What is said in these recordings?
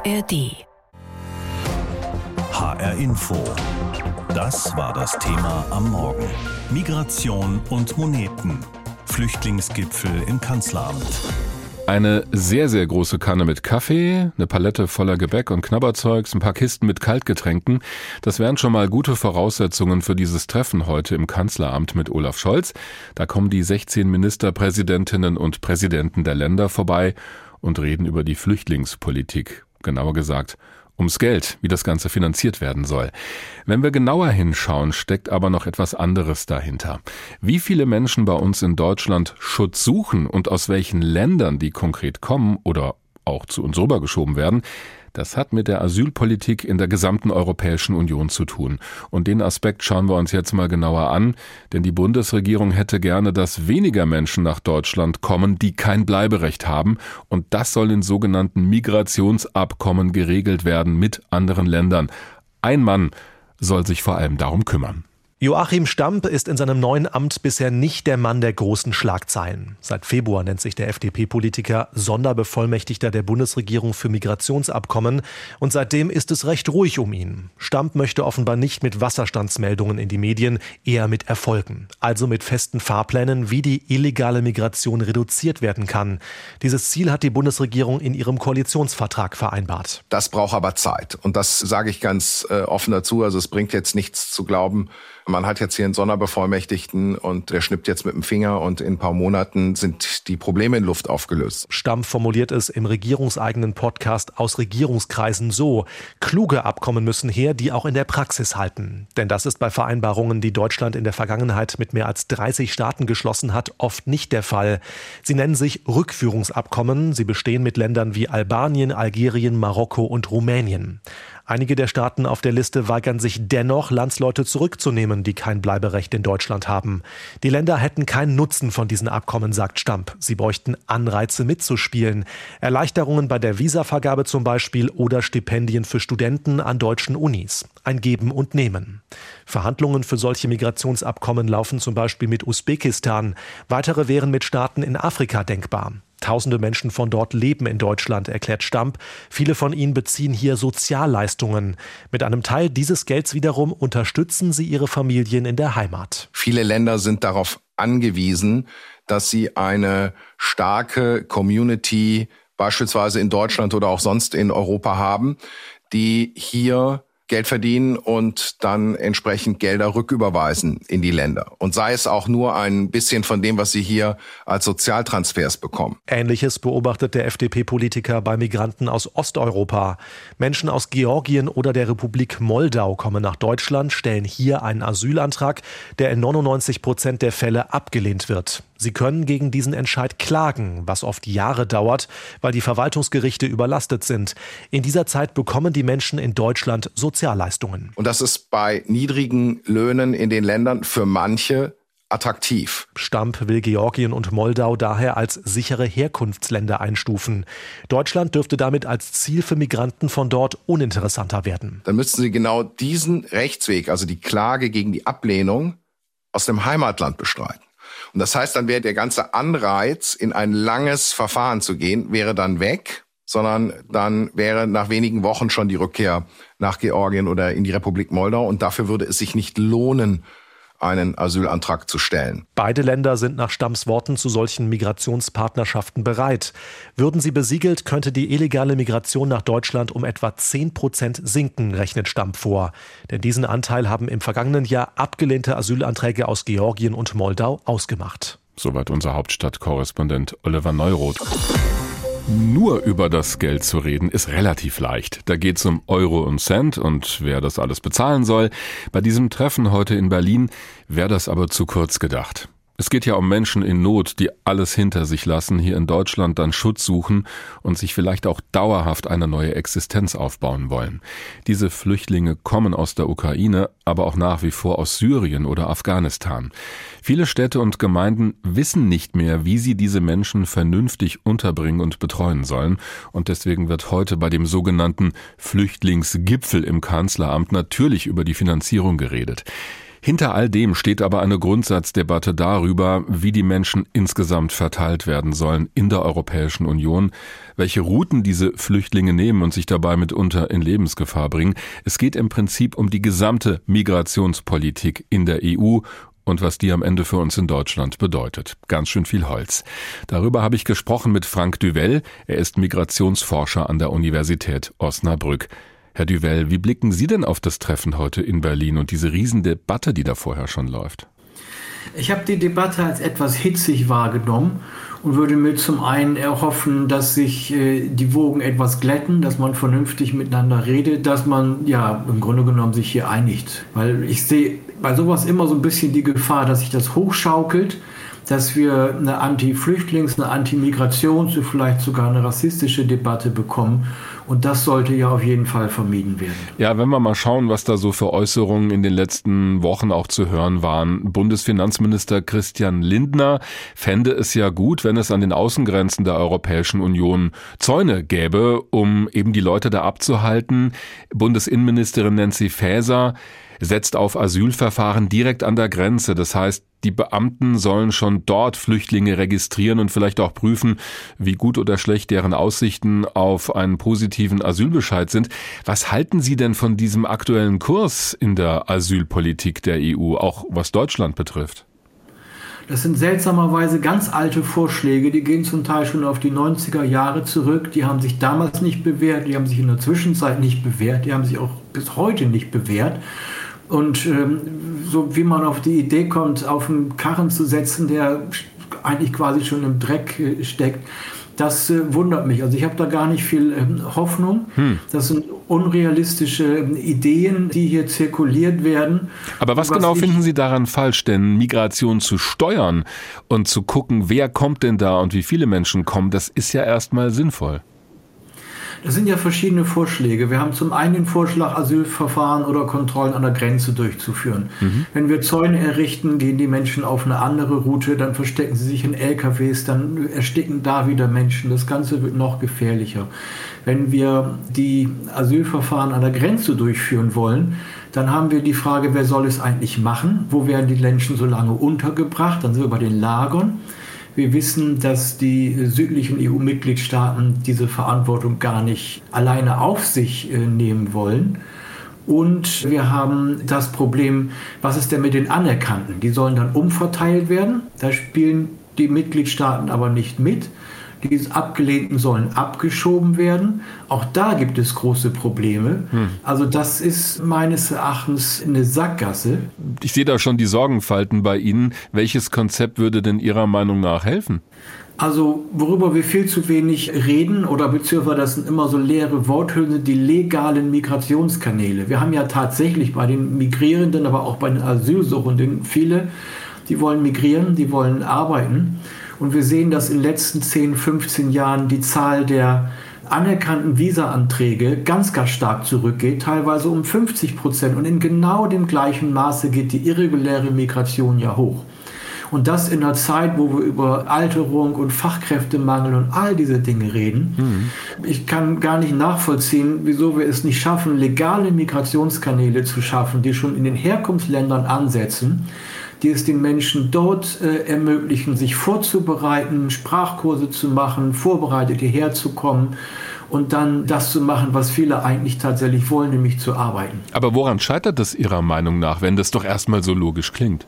ARD. HR Info. Das war das Thema am Morgen. Migration und Moneten. Flüchtlingsgipfel im Kanzleramt. Eine sehr, sehr große Kanne mit Kaffee, eine Palette voller Gebäck und Knabberzeugs, ein paar Kisten mit Kaltgetränken. Das wären schon mal gute Voraussetzungen für dieses Treffen heute im Kanzleramt mit Olaf Scholz. Da kommen die 16 Ministerpräsidentinnen und Präsidenten der Länder vorbei und reden über die Flüchtlingspolitik. Genauer gesagt, ums Geld, wie das Ganze finanziert werden soll. Wenn wir genauer hinschauen, steckt aber noch etwas anderes dahinter. Wie viele Menschen bei uns in Deutschland Schutz suchen und aus welchen Ländern die konkret kommen oder auch zu uns rübergeschoben werden, das hat mit der Asylpolitik in der gesamten Europäischen Union zu tun. Und den Aspekt schauen wir uns jetzt mal genauer an, denn die Bundesregierung hätte gerne, dass weniger Menschen nach Deutschland kommen, die kein Bleiberecht haben. Und das soll in sogenannten Migrationsabkommen geregelt werden mit anderen Ländern. Ein Mann soll sich vor allem darum kümmern. Joachim Stamp ist in seinem neuen Amt bisher nicht der Mann der großen Schlagzeilen. Seit Februar nennt sich der FDP-Politiker Sonderbevollmächtigter der Bundesregierung für Migrationsabkommen und seitdem ist es recht ruhig um ihn. Stamp möchte offenbar nicht mit Wasserstandsmeldungen in die Medien, eher mit Erfolgen. Also mit festen Fahrplänen, wie die illegale Migration reduziert werden kann. Dieses Ziel hat die Bundesregierung in ihrem Koalitionsvertrag vereinbart. Das braucht aber Zeit und das sage ich ganz offen dazu. Also es bringt jetzt nichts zu glauben, man hat jetzt hier einen Sonderbevollmächtigten und der schnippt jetzt mit dem Finger und in ein paar Monaten sind die Probleme in Luft aufgelöst. Stamp formuliert es im regierungseigenen Podcast aus Regierungskreisen so: Kluge Abkommen müssen her, die auch in der Praxis halten. Denn das ist bei Vereinbarungen, die Deutschland in der Vergangenheit mit mehr als 30 Staaten geschlossen hat, oft nicht der Fall. Sie nennen sich Rückführungsabkommen. Sie bestehen mit Ländern wie Albanien, Algerien, Marokko und Rumänien. Einige der Staaten auf der Liste weigern sich dennoch, Landsleute zurückzunehmen, die kein Bleiberecht in Deutschland haben. Die Länder hätten keinen Nutzen von diesen Abkommen, sagt Stamp. Sie bräuchten Anreize mitzuspielen. Erleichterungen bei der Visavergabe zum Beispiel oder Stipendien für Studenten an deutschen Unis. Ein Geben und Nehmen. Verhandlungen für solche Migrationsabkommen laufen zum Beispiel mit Usbekistan. Weitere wären mit Staaten in Afrika denkbar. Tausende Menschen von dort leben in Deutschland, erklärt Stamp. Viele von ihnen beziehen hier Sozialleistungen. Mit einem Teil dieses Gelds wiederum unterstützen sie ihre Familien in der Heimat. Viele Länder sind darauf angewiesen, dass sie eine starke Community, beispielsweise in Deutschland oder auch sonst in Europa haben, die hier Geld verdienen und dann entsprechend Gelder rücküberweisen in die Länder. Und sei es auch nur ein bisschen von dem, was sie hier als Sozialtransfers bekommen. Ähnliches beobachtet der FDP-Politiker bei Migranten aus Osteuropa. Menschen aus Georgien oder der Republik Moldau kommen nach Deutschland, stellen hier einen Asylantrag, der in 99% der Fälle abgelehnt wird. Sie können gegen diesen Entscheid klagen, was oft Jahre dauert, weil die Verwaltungsgerichte überlastet sind. In dieser Zeit bekommen die Menschen in Deutschland Sozialleistungen. Und das ist bei niedrigen Löhnen in den Ländern für manche attraktiv. Stamp will Georgien und Moldau daher als sichere Herkunftsländer einstufen. Deutschland dürfte damit als Ziel für Migranten von dort uninteressanter werden. Dann müssten sie genau diesen Rechtsweg, also die Klage gegen die Ablehnung, aus dem Heimatland bestreiten. Und das heißt, dann wäre der ganze Anreiz, in ein langes Verfahren zu gehen, wäre dann weg, sondern dann wäre nach wenigen Wochen schon die Rückkehr nach Georgien oder in die Republik Moldau. Und dafür würde es sich nicht lohnen, einen Asylantrag zu stellen. Beide Länder sind nach Stamps Worten zu solchen Migrationspartnerschaften bereit. Würden sie besiegelt, könnte die illegale Migration nach Deutschland um etwa 10% sinken, rechnet Stamp vor. Denn diesen Anteil haben im vergangenen Jahr abgelehnte Asylanträge aus Georgien und Moldau ausgemacht. Soweit unser Hauptstadtkorrespondent Oliver Neuroth. Nur über das Geld zu reden, ist relativ leicht. Da geht's um Euro und Cent und wer das alles bezahlen soll. Bei diesem Treffen heute in Berlin wäre das aber zu kurz gedacht. Es geht ja um Menschen in Not, die alles hinter sich lassen, hier in Deutschland dann Schutz suchen und sich vielleicht auch dauerhaft eine neue Existenz aufbauen wollen. Diese Flüchtlinge kommen aus der Ukraine, aber auch nach wie vor aus Syrien oder Afghanistan. Viele Städte und Gemeinden wissen nicht mehr, wie sie diese Menschen vernünftig unterbringen und betreuen sollen. Und deswegen wird heute bei dem sogenannten Flüchtlingsgipfel im Kanzleramt natürlich über die Finanzierung geredet. Hinter all dem steht aber eine Grundsatzdebatte darüber, wie die Menschen insgesamt verteilt werden sollen in der Europäischen Union, welche Routen diese Flüchtlinge nehmen und sich dabei mitunter in Lebensgefahr bringen. Es geht im Prinzip um die gesamte Migrationspolitik in der EU und was die am Ende für uns in Deutschland bedeutet. Ganz schön viel Holz. Darüber habe ich gesprochen mit Frank Duvel. Er ist Migrationsforscher an der Universität Osnabrück. Herr Duvel, wie blicken Sie denn auf das Treffen heute in Berlin und diese Riesendebatte, die da vorher schon läuft? Ich habe die Debatte als etwas hitzig wahrgenommen und würde mir zum einen erhoffen, dass sich die Wogen etwas glätten, dass man vernünftig miteinander redet, dass man ja im Grunde genommen sich hier einigt. Weil ich sehe bei sowas immer so ein bisschen die Gefahr, dass sich das hochschaukelt, dass wir eine Anti-Flüchtlings-, eine Anti-Migrations-, vielleicht sogar eine rassistische Debatte bekommen. Und das sollte ja auf jeden Fall vermieden werden. Ja, wenn wir mal schauen, was da so für Äußerungen in den letzten Wochen auch zu hören waren. Bundesfinanzminister Christian Lindner fände es ja gut, wenn es an den Außengrenzen der Europäischen Union Zäune gäbe, um eben die Leute da abzuhalten. Bundesinnenministerin Nancy Faeser setzt auf Asylverfahren direkt an der Grenze. Das heißt, die Beamten sollen schon dort Flüchtlinge registrieren und vielleicht auch prüfen, wie gut oder schlecht deren Aussichten auf einen positiven Asylbescheid sind. Was halten Sie denn von diesem aktuellen Kurs in der Asylpolitik der EU, auch was Deutschland betrifft? Das sind seltsamerweise ganz alte Vorschläge, die gehen zum Teil schon auf die 90er Jahre zurück. Die haben sich damals nicht bewährt, die haben sich in der Zwischenzeit nicht bewährt, die haben sich auch bis heute nicht bewährt. Und so wie man auf die Idee kommt, auf einen Karren zu setzen, der eigentlich quasi schon im Dreck steckt, das wundert mich. Also ich habe da gar nicht viel Hoffnung. Das sind unrealistische Ideen, die hier zirkuliert werden. Aber was genau finden Sie daran falsch? Denn Migration zu steuern und zu gucken, wer kommt denn da und wie viele Menschen kommen, das ist ja erstmal sinnvoll. Das sind ja verschiedene Vorschläge. Wir haben zum einen den Vorschlag, Asylverfahren oder Kontrollen an der Grenze durchzuführen. Wenn wir Zäune errichten, gehen die Menschen auf eine andere Route, dann verstecken sie sich in LKWs, dann ersticken da wieder Menschen. Das Ganze wird noch gefährlicher. Wenn wir die Asylverfahren an der Grenze durchführen wollen, dann haben wir die Frage, wer soll es eigentlich machen? Wo werden die Menschen so lange untergebracht? Dann sind wir bei den Lagern. Wir wissen, dass die südlichen EU-Mitgliedstaaten diese Verantwortung gar nicht alleine auf sich nehmen wollen. Und wir haben das Problem, was ist denn mit den Anerkannten? Die sollen dann umverteilt werden. Da spielen die Mitgliedstaaten aber nicht mit. Die Abgelehnten sollen abgeschoben werden. Auch da gibt es große Probleme. Also das ist meines Erachtens eine Sackgasse. Ich sehe da schon die Sorgenfalten bei Ihnen. Welches Konzept würde denn Ihrer Meinung nach helfen? Also worüber wir viel zu wenig reden oder beziehungsweise das sind immer so leere Worthülsen, die legalen Migrationskanäle. Wir haben ja tatsächlich bei den Migrierenden, aber auch bei den Asylsuchenden viele, die wollen migrieren, die wollen arbeiten. Und wir sehen, dass in den letzten 10, 15 Jahren die Zahl der anerkannten Visa-Anträge ganz, ganz stark zurückgeht, teilweise um 50%. Und in genau dem gleichen Maße geht die irreguläre Migration ja hoch. Und das in einer Zeit, wo wir über Alterung und Fachkräftemangel und all diese Dinge reden. Ich kann gar nicht nachvollziehen, wieso wir es nicht schaffen, legale Migrationskanäle zu schaffen, die schon in den Herkunftsländern ansetzen, die es den Menschen dort ermöglichen, sich vorzubereiten, Sprachkurse zu machen, vorbereitet hierher zu kommen und dann das zu machen, was viele eigentlich tatsächlich wollen, nämlich zu arbeiten. Aber woran scheitert das Ihrer Meinung nach, wenn das doch erstmal so logisch klingt?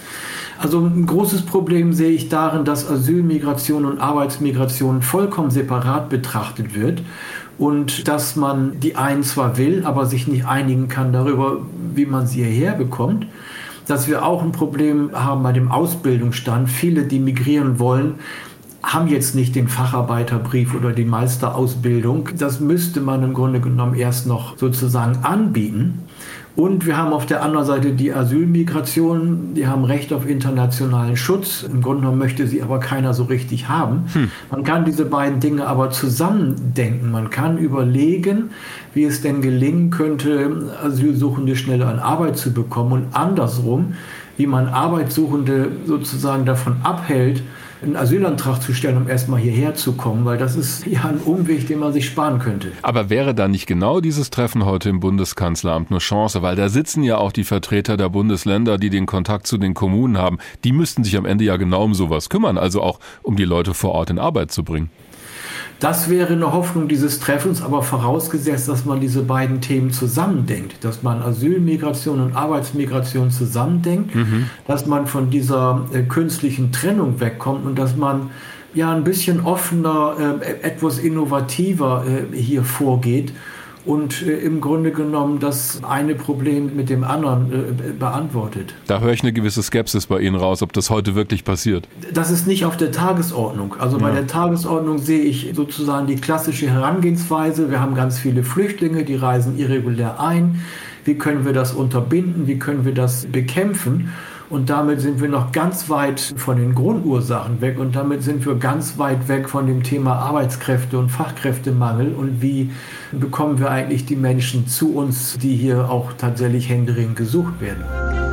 Also ein großes Problem sehe ich darin, dass Asylmigration und Arbeitsmigration vollkommen separat betrachtet wird und dass man die einen zwar will, aber sich nicht einigen kann darüber, wie man sie hierher bekommt. Dass wir auch ein Problem haben bei dem Ausbildungsstand. Viele, die migrieren wollen, haben jetzt nicht den Facharbeiterbrief oder die Meisterausbildung. Das müsste man im Grunde genommen erst noch sozusagen anbieten. Und wir haben auf der anderen Seite die Asylmigration, die haben Recht auf internationalen Schutz. Im Grunde genommen möchte sie aber keiner so richtig haben. Man kann diese beiden Dinge aber zusammendenken. Man kann überlegen, wie es denn gelingen könnte, Asylsuchende schneller an Arbeit zu bekommen und andersrum, wie man Arbeitssuchende sozusagen davon abhält, einen Asylantrag zu stellen, um erstmal hierher zu kommen, weil das ist ja ein Umweg, den man sich sparen könnte. Aber wäre da nicht genau dieses Treffen heute im Bundeskanzleramt eine Chance? Weil da sitzen ja auch die Vertreter der Bundesländer, die den Kontakt zu den Kommunen haben. Die müssten sich am Ende ja genau um sowas kümmern, also auch um die Leute vor Ort in Arbeit zu bringen. Das wäre eine Hoffnung dieses Treffens, aber vorausgesetzt, dass man diese beiden Themen zusammendenkt, dass man Asylmigration und Arbeitsmigration zusammendenkt, dass man von dieser künstlichen Trennung wegkommt und dass man ja ein bisschen offener, etwas innovativer hier vorgeht und im Grunde genommen das eine Problem mit dem anderen beantwortet. Da höre ich eine gewisse Skepsis bei Ihnen raus, ob das heute wirklich passiert. Das ist nicht auf der Tagesordnung. Also bei der Tagesordnung sehe ich sozusagen die klassische Herangehensweise. Wir haben ganz viele Flüchtlinge, die reisen irregulär ein. Wie können wir das unterbinden? Wie können wir das bekämpfen? Und damit sind wir noch ganz weit von den Grundursachen weg und damit sind wir ganz weit weg von dem Thema Arbeitskräfte und Fachkräftemangel und wie bekommen wir eigentlich die Menschen zu uns, die hier auch tatsächlich händeringend gesucht werden.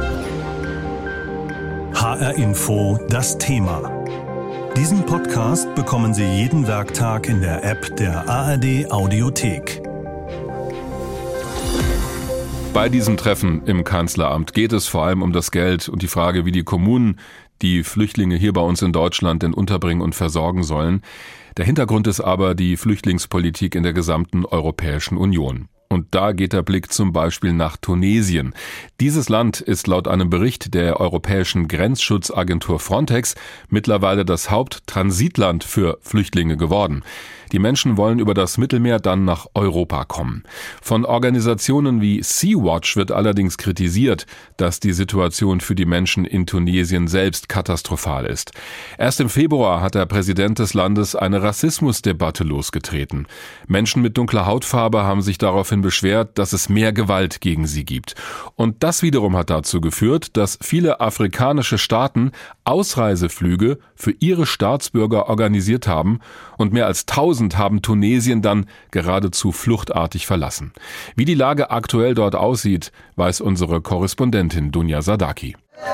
HR Info, das Thema. Diesen Podcast bekommen Sie jeden Werktag in der App der ARD Audiothek. Bei diesem Treffen im Kanzleramt geht es vor allem um das Geld und die Frage, wie die Kommunen die Flüchtlinge hier bei uns in Deutschland denn unterbringen und versorgen sollen. Der Hintergrund ist aber die Flüchtlingspolitik in der gesamten Europäischen Union. Und da geht der Blick zum Beispiel nach Tunesien. Dieses Land ist laut einem Bericht der Europäischen Grenzschutzagentur Frontex mittlerweile das Haupttransitland für Flüchtlinge geworden. Die Menschen wollen über das Mittelmeer dann nach Europa kommen. Von Organisationen wie Sea-Watch wird allerdings kritisiert, dass die Situation für die Menschen in Tunesien selbst katastrophal ist. Erst im Februar hat der Präsident des Landes eine Rassismusdebatte losgetreten. Menschen mit dunkler Hautfarbe haben sich daraufhin beschwert, dass es mehr Gewalt gegen sie gibt. Und das wiederum hat dazu geführt, dass viele afrikanische Staaten Ausreiseflüge für ihre Staatsbürger organisiert haben und mehr als 1000 haben Tunesien dann geradezu fluchtartig verlassen. Wie die Lage aktuell dort aussieht, weiß unsere Korrespondentin Dunja Sadaki.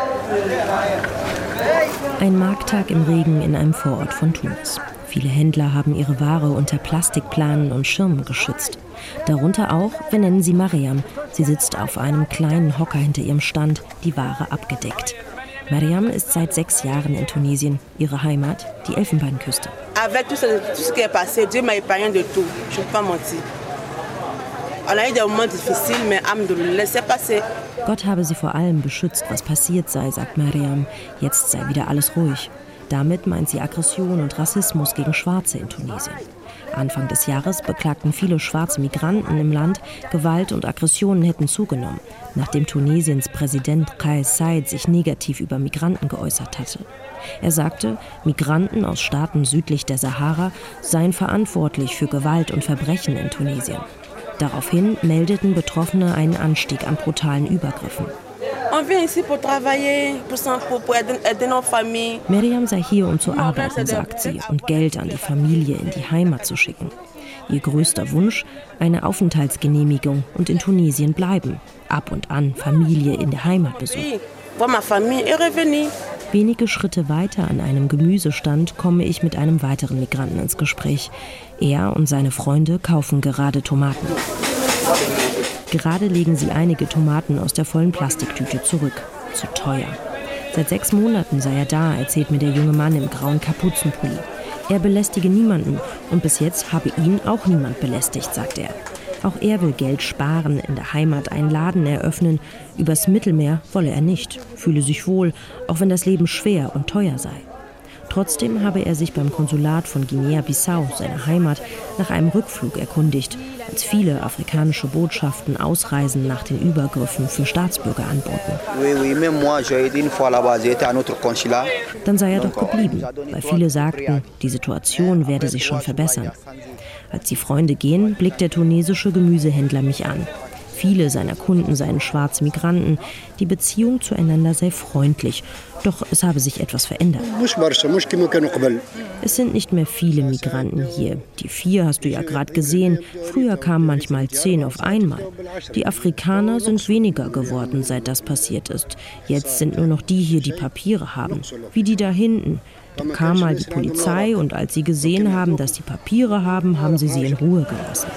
Ein Markttag im Regen in einem Vorort von Tunis. Viele Händler haben ihre Ware unter Plastikplanen und Schirmen geschützt. Darunter auch, wir nennen sie Mariam. Sie sitzt auf einem kleinen Hocker hinter ihrem Stand, die Ware abgedeckt. Mariam ist seit 6 Jahren in Tunesien. Ihre Heimat, die Elfenbeinküste. Avec tout ce qui est passé, Dieu m'a épargné de tout. Je ne peux pas mentir. On a eu des moments difficiles, mais alhamdoulilah, laissez passer. Gott habe sie vor allem beschützt, was passiert sei, sagt Mariam. Jetzt sei wieder alles ruhig. Damit meint sie Aggression und Rassismus gegen Schwarze in Tunesien. Anfang des Jahres beklagten viele schwarze Migranten im Land, Gewalt und Aggressionen hätten zugenommen, nachdem Tunesiens Präsident Kais Saied sich negativ über Migranten geäußert hatte. Er sagte, Migranten aus Staaten südlich der Sahara seien verantwortlich für Gewalt und Verbrechen in Tunesien. Daraufhin meldeten Betroffene einen Anstieg an brutalen Übergriffen. Miriam sei hier, um zu arbeiten, sagt sie, und Geld an die Familie in die Heimat zu schicken. Ihr größter Wunsch, eine Aufenthaltsgenehmigung und in Tunesien bleiben. Ab und an Familie in der Heimat besuchen. Wenige Schritte weiter an einem Gemüsestand komme ich mit einem weiteren Migranten ins Gespräch. Er und seine Freunde kaufen gerade Tomaten. Gerade legen sie einige Tomaten aus der vollen Plastiktüte zurück. Zu teuer. Seit 6 Monaten sei er da, erzählt mir der junge Mann im grauen Kapuzenpulli. Er belästige niemanden und bis jetzt habe ihn auch niemand belästigt, sagt er. Auch er will Geld sparen, in der Heimat einen Laden eröffnen. Übers Mittelmeer wolle er nicht, fühle sich wohl, auch wenn das Leben schwer und teuer sei. Trotzdem habe er sich beim Konsulat von Guinea-Bissau, seiner Heimat, nach einem Rückflug erkundigt, als viele afrikanische Botschaften Ausreisen nach den Übergriffen für Staatsbürger anboten. Dann sei er doch geblieben, weil viele sagten, die Situation werde sich schon verbessern. Als die Freunde gehen, blickt der tunesische Gemüsehändler mich an. Viele seiner Kunden seien schwarze Migranten. Die Beziehung zueinander sei freundlich. Doch es habe sich etwas verändert. Es sind nicht mehr viele Migranten hier. Die 4 hast du ja gerade gesehen. Früher kamen manchmal 10 auf einmal. Die Afrikaner sind weniger geworden, seit das passiert ist. Jetzt sind nur noch die hier, die Papiere haben. Wie die da hinten. Da kam mal die Polizei und als sie gesehen haben, dass sie Papiere haben, haben sie in Ruhe gelassen.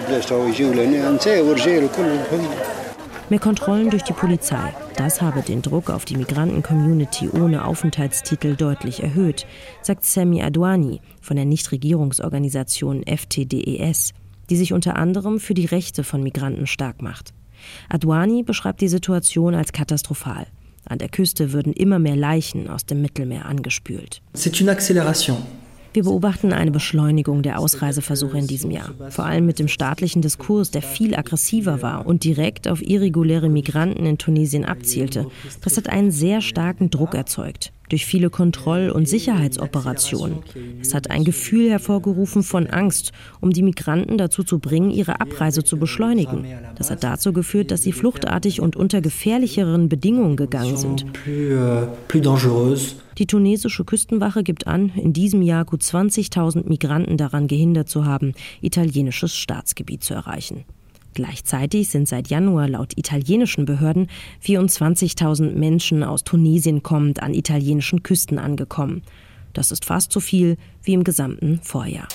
Mehr Kontrollen durch die Polizei. Das habe den Druck auf die Migranten-Community ohne Aufenthaltstitel deutlich erhöht, sagt Sami Adwani von der Nichtregierungsorganisation FTDES, die sich unter anderem für die Rechte von Migranten stark macht. Adwani beschreibt die Situation als katastrophal. An der Küste würden immer mehr Leichen aus dem Mittelmeer angespült. C'est une accélération. Wir beobachten eine Beschleunigung der Ausreiseversuche in diesem Jahr. Vor allem mit dem staatlichen Diskurs, der viel aggressiver war und direkt auf irreguläre Migranten in Tunesien abzielte. Das hat einen sehr starken Druck erzeugt. Durch viele Kontroll- und Sicherheitsoperationen. Es hat ein Gefühl hervorgerufen von Angst, um die Migranten dazu zu bringen, ihre Abreise zu beschleunigen. Das hat dazu geführt, dass sie fluchtartig und unter gefährlicheren Bedingungen gegangen sind. Die tunesische Küstenwache gibt an, in diesem Jahr gut 20.000 Migranten daran gehindert zu haben, italienisches Staatsgebiet zu erreichen. Gleichzeitig sind seit Januar laut italienischen Behörden 24.000 Menschen aus Tunesien kommend an italienischen Küsten angekommen. Das ist fast so viel wie im gesamten Vorjahr.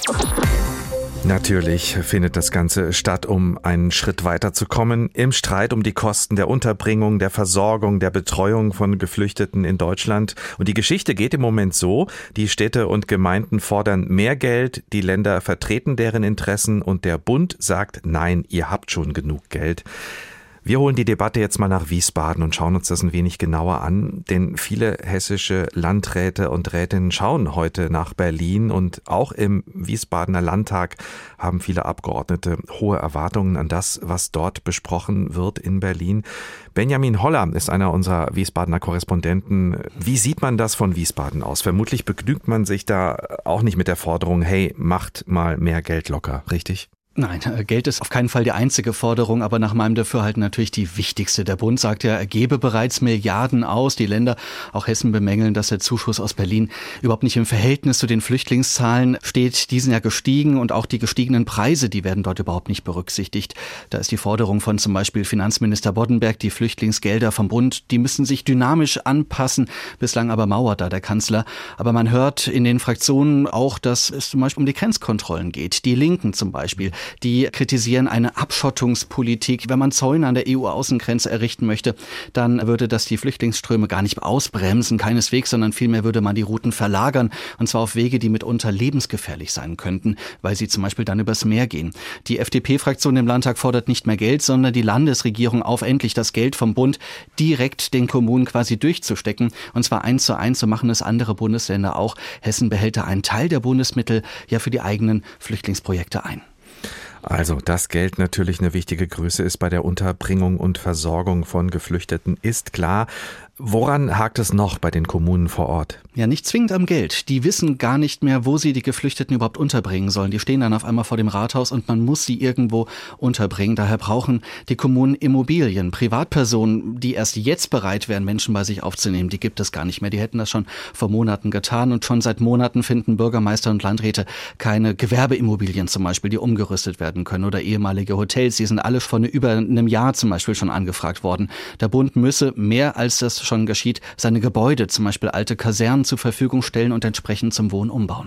Natürlich findet das Ganze statt, um einen Schritt weiterzukommen im Streit um die Kosten der Unterbringung, der Versorgung, der Betreuung von Geflüchteten in Deutschland. Und die Geschichte geht im Moment so: Die Städte und Gemeinden fordern mehr Geld, die Länder vertreten deren Interessen und der Bund sagt, nein, ihr habt schon genug Geld. Wir holen die Debatte jetzt mal nach Wiesbaden und schauen uns das ein wenig genauer an, denn viele hessische Landräte und Rätinnen schauen heute nach Berlin und auch im Wiesbadener Landtag haben viele Abgeordnete hohe Erwartungen an das, was dort besprochen wird in Berlin. Benjamin Holler ist einer unserer Wiesbadener Korrespondenten. Wie sieht man das von Wiesbaden aus? Vermutlich begnügt man sich da auch nicht mit der Forderung, hey, macht mal mehr Geld locker, richtig? Nein, Geld ist auf keinen Fall die einzige Forderung, aber nach meinem Dafürhalten natürlich die wichtigste. Der Bund sagt ja, er gebe bereits Milliarden aus. Die Länder, auch Hessen, bemängeln, dass der Zuschuss aus Berlin überhaupt nicht im Verhältnis zu den Flüchtlingszahlen steht. Die sind ja gestiegen und auch die gestiegenen Preise, die werden dort überhaupt nicht berücksichtigt. Da ist die Forderung von zum Beispiel Finanzminister Boddenberg, die Flüchtlingsgelder vom Bund, die müssen sich dynamisch anpassen. Bislang aber mauert da der Kanzler. Aber man hört in den Fraktionen auch, dass es zum Beispiel um die Grenzkontrollen geht. Die Linken zum Beispiel, die kritisieren eine Abschottungspolitik. Wenn man Zäune an der EU-Außengrenze errichten möchte, dann würde das die Flüchtlingsströme gar nicht ausbremsen, keineswegs, sondern vielmehr würde man die Routen verlagern, und zwar auf Wege, die mitunter lebensgefährlich sein könnten, weil sie zum Beispiel dann übers Meer gehen. Die FDP-Fraktion im Landtag fordert nicht mehr Geld, sondern die Landesregierung auf, endlich das Geld vom Bund direkt den Kommunen quasi durchzustecken, und zwar 1:1, so machen es andere Bundesländer auch. Hessen behält da einen Teil der Bundesmittel ja für die eigenen Flüchtlingsprojekte ein. Also, dass Geld natürlich eine wichtige Größe ist bei der Unterbringung und Versorgung von Geflüchteten, ist klar. Woran hakt es noch bei den Kommunen vor Ort? Ja, nicht zwingend am Geld. Die wissen gar nicht mehr, wo sie die Geflüchteten überhaupt unterbringen sollen. Die stehen dann auf einmal vor dem Rathaus und man muss sie irgendwo unterbringen. Daher brauchen die Kommunen Immobilien. Privatpersonen, die erst jetzt bereit wären, Menschen bei sich aufzunehmen, die gibt es gar nicht mehr. Die hätten das schon vor Monaten getan und schon seit Monaten finden Bürgermeister und Landräte keine Gewerbeimmobilien zum Beispiel, die umgerüstet werden können, oder ehemalige Hotels. Die sind alle vor über einem Jahr zum Beispiel schon angefragt worden. Der Bund müsse mehr als das schon geschieht, seine Gebäude, zum Beispiel alte Kasernen, zur Verfügung stellen und entsprechend zum Wohnen umbauen.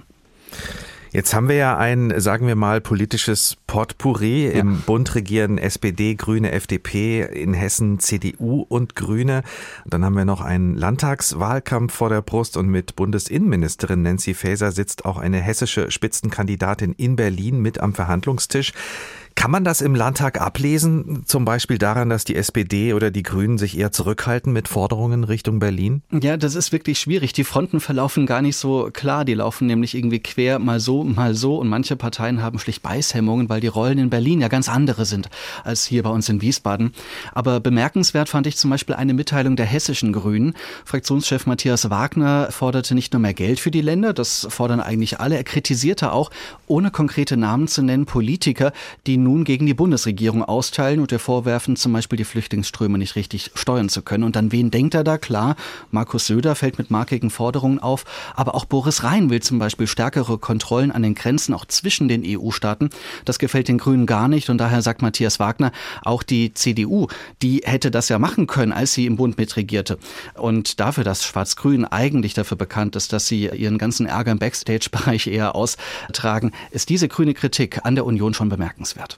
Jetzt haben wir ja ein, sagen wir mal, politisches Potpourri. Im Bund regieren SPD, Grüne, FDP, in Hessen CDU und Grüne. Dann haben wir noch einen Landtagswahlkampf vor der Brust und mit Bundesinnenministerin Nancy Faeser sitzt auch eine hessische Spitzenkandidatin in Berlin mit am Verhandlungstisch. Kann man das im Landtag ablesen, zum Beispiel daran, dass die SPD oder die Grünen sich eher zurückhalten mit Forderungen Richtung Berlin? Ja, das ist wirklich schwierig. Die Fronten verlaufen gar nicht so klar. Die laufen nämlich irgendwie quer, mal so. Und manche Parteien haben schlicht Beißhemmungen, weil die Rollen in Berlin ja ganz andere sind als hier bei uns in Wiesbaden. Aber bemerkenswert fand ich zum Beispiel eine Mitteilung der hessischen Grünen. Fraktionschef Matthias Wagner forderte nicht nur mehr Geld für die Länder, das fordern eigentlich alle. Er kritisierte auch, ohne konkrete Namen zu nennen, Politiker, die nun gegen die Bundesregierung austeilen und ihr vorwerfen, zum Beispiel die Flüchtlingsströme nicht richtig steuern zu können. Und an wen denkt er da? Klar, Markus Söder fällt mit markigen Forderungen auf, aber auch Boris Rhein will zum Beispiel stärkere Kontrollen an den Grenzen, auch zwischen den EU-Staaten. Das gefällt den Grünen gar nicht und daher sagt Matthias Wagner, auch die CDU, die hätte das ja machen können, als sie im Bund mitregierte. Und dafür, dass Schwarz-Grün eigentlich dafür bekannt ist, dass sie ihren ganzen Ärger im Backstage-Bereich eher austragen, ist diese grüne Kritik an der Union schon bemerkenswert.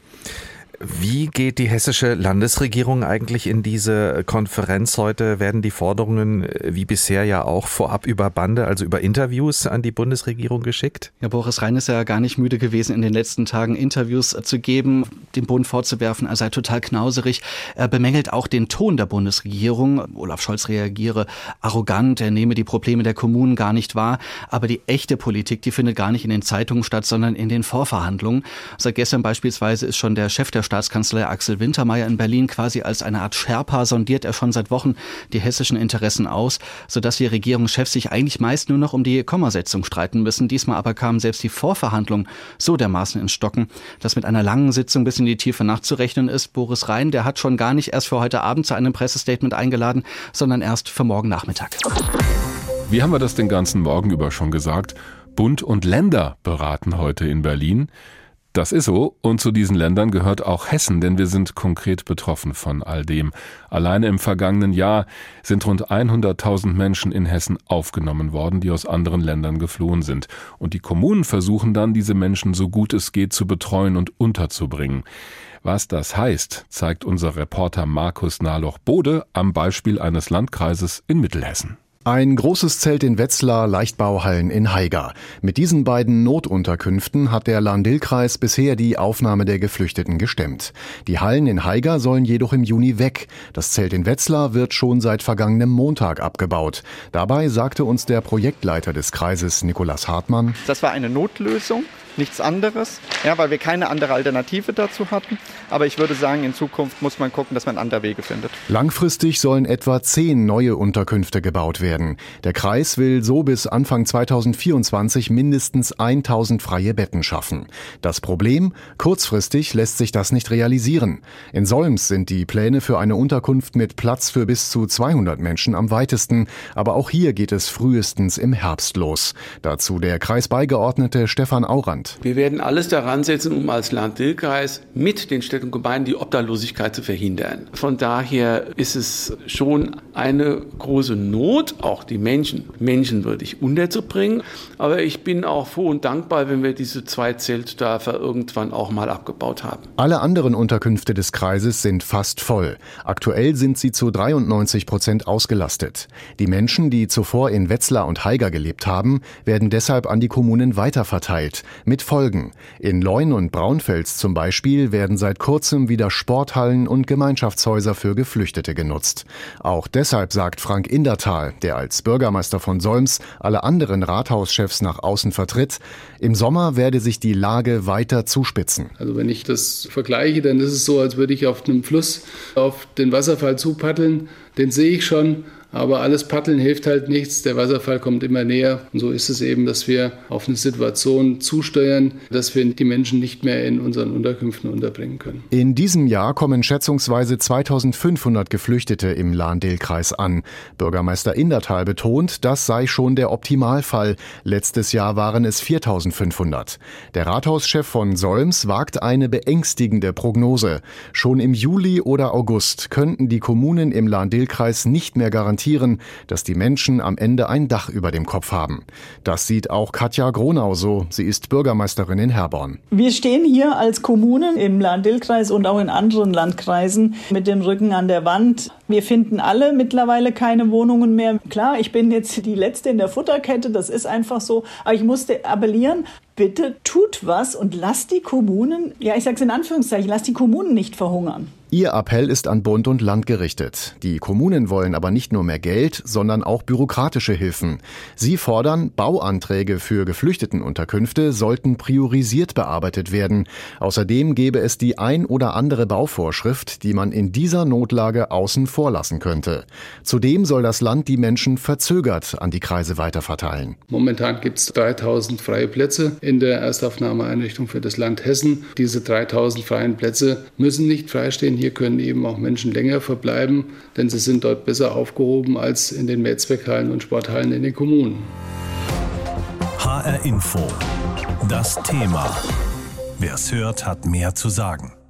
Wie geht die hessische Landesregierung eigentlich in diese Konferenz heute? Werden die Forderungen wie bisher ja auch vorab über Bande, also über Interviews an die Bundesregierung geschickt? Ja, Boris Rhein ist ja gar nicht müde gewesen, in den letzten Tagen Interviews zu geben, dem Bund vorzuwerfen, er sei total knauserig. Er bemängelt auch den Ton der Bundesregierung. Olaf Scholz reagiere arrogant, er nehme die Probleme der Kommunen gar nicht wahr. Aber die echte Politik, die findet gar nicht in den Zeitungen statt, sondern in den Vorverhandlungen. Seit gestern beispielsweise ist schon der Chef der Staatskanzlei Axel Wintermeyer in Berlin quasi als eine Art Sherpa sondiert er schon seit Wochen die hessischen Interessen aus, sodass die Regierungschefs sich eigentlich meist nur noch um die Kommasetzung streiten müssen. Diesmal aber kamen selbst die Vorverhandlungen so dermaßen ins Stocken, dass mit einer langen Sitzung bis in die tiefe Nacht zu rechnen ist. Boris Rhein, der hat schon gar nicht erst für heute Abend zu einem Pressestatement eingeladen, sondern erst für morgen Nachmittag. Wie haben wir das den ganzen Morgen über schon gesagt? Bund und Länder beraten heute in Berlin. Das ist so und zu diesen Ländern gehört auch Hessen, denn wir sind konkret betroffen von all dem. Alleine im vergangenen Jahr sind rund 100.000 Menschen in Hessen aufgenommen worden, die aus anderen Ländern geflohen sind. Und die Kommunen versuchen dann, diese Menschen so gut es geht zu betreuen und unterzubringen. Was das heißt, zeigt unser Reporter Markus Nahloch-Bode am Beispiel eines Landkreises in Mittelhessen. Ein großes Zelt in Wetzlar, Leichtbauhallen in Haiger. Mit diesen beiden Notunterkünften hat der Lahn-Dill-Kreis bisher die Aufnahme der Geflüchteten gestemmt. Die Hallen in Haiger sollen jedoch im Juni weg. Das Zelt in Wetzlar wird schon seit vergangenem Montag abgebaut. Dabei sagte uns der Projektleiter des Kreises, Nikolaus Hartmann: Das war eine Notlösung, nichts anderes, ja, weil wir keine andere Alternative dazu hatten. Aber ich würde sagen, in Zukunft muss man gucken, dass man andere Wege findet. Langfristig sollen etwa 10 neue Unterkünfte gebaut werden. Der Kreis will so bis Anfang 2024 mindestens 1000 freie Betten schaffen. Das Problem? Kurzfristig lässt sich das nicht realisieren. In Solms sind die Pläne für eine Unterkunft mit Platz für bis zu 200 Menschen am weitesten. Aber auch hier geht es frühestens im Herbst los. Dazu der Kreisbeigeordnete Stefan Aurand. Wir werden alles daran setzen, um als Lahn-Dill-Kreis mit den Städten und Gemeinden die Obdachlosigkeit zu verhindern. Von daher ist es schon eine große Not, auch die Menschen menschenwürdig unterzubringen. Aber ich bin auch froh und dankbar, wenn wir diese 2 Zeltdörfer irgendwann auch mal abgebaut haben. Alle anderen Unterkünfte des Kreises sind fast voll. Aktuell sind sie zu 93% ausgelastet. Die Menschen, die zuvor in Wetzlar und Haiger gelebt haben, werden deshalb an die Kommunen weiterverteilt. Mit Folgen. In Leun und Braunfels zum Beispiel werden seit kurzem wieder Sporthallen und Gemeinschaftshäuser für Geflüchtete genutzt. Auch deshalb sagt Frank Indertal, der als Bürgermeister von Solms alle anderen Rathauschefs nach außen vertritt, im Sommer werde sich die Lage weiter zuspitzen. Also wenn ich das vergleiche, dann ist es so, als würde ich auf einem Fluss auf den Wasserfall zupaddeln. Den sehe ich schon. Aber alles Paddeln hilft halt nichts, der Wasserfall kommt immer näher. Und so ist es eben, dass wir auf eine Situation zusteuern, dass wir die Menschen nicht mehr in unseren Unterkünften unterbringen können. In diesem Jahr kommen schätzungsweise 2500 Geflüchtete im Lahn-Dill-Kreis an. Bürgermeister Indertal betont, das sei schon der Optimalfall. Letztes Jahr waren es 4500. Der Rathauschef von Solms wagt eine beängstigende Prognose. Schon im Juli oder August könnten die Kommunen im Lahn-Dill-Kreis nicht mehr garantieren, dass die Menschen am Ende ein Dach über dem Kopf haben. Das sieht auch Katja Gronau so. Sie ist Bürgermeisterin in Herborn. Wir stehen hier als Kommunen im Lahn-Dill-Kreis und auch in anderen Landkreisen mit dem Rücken an der Wand. Wir finden alle mittlerweile keine Wohnungen mehr. Klar, ich bin jetzt die Letzte in der Futterkette, das ist einfach so. Aber ich musste appellieren, bitte tut was und lasst die Kommunen, ja ich sage es in Anführungszeichen, lasst die Kommunen nicht verhungern. Ihr Appell ist an Bund und Land gerichtet. Die Kommunen wollen aber nicht nur mehr Geld, sondern auch bürokratische Hilfen. Sie fordern, Bauanträge für Geflüchtetenunterkünfte sollten priorisiert bearbeitet werden. Außerdem gäbe es die ein oder andere Bauvorschrift, die man in dieser Notlage außen vor lassen könnte. Zudem soll das Land die Menschen verzögert an die Kreise weiterverteilen. Momentan gibt es 3000 freie Plätze in der Erstaufnahmeeinrichtung für das Land Hessen. Diese 3000 freien Plätze müssen nicht freistehen. Hier können eben auch Menschen länger verbleiben, denn sie sind dort besser aufgehoben als in den Mehrzweckhallen und Sporthallen in den Kommunen. HR Info. Das Thema. Wer es hört, hat mehr zu sagen.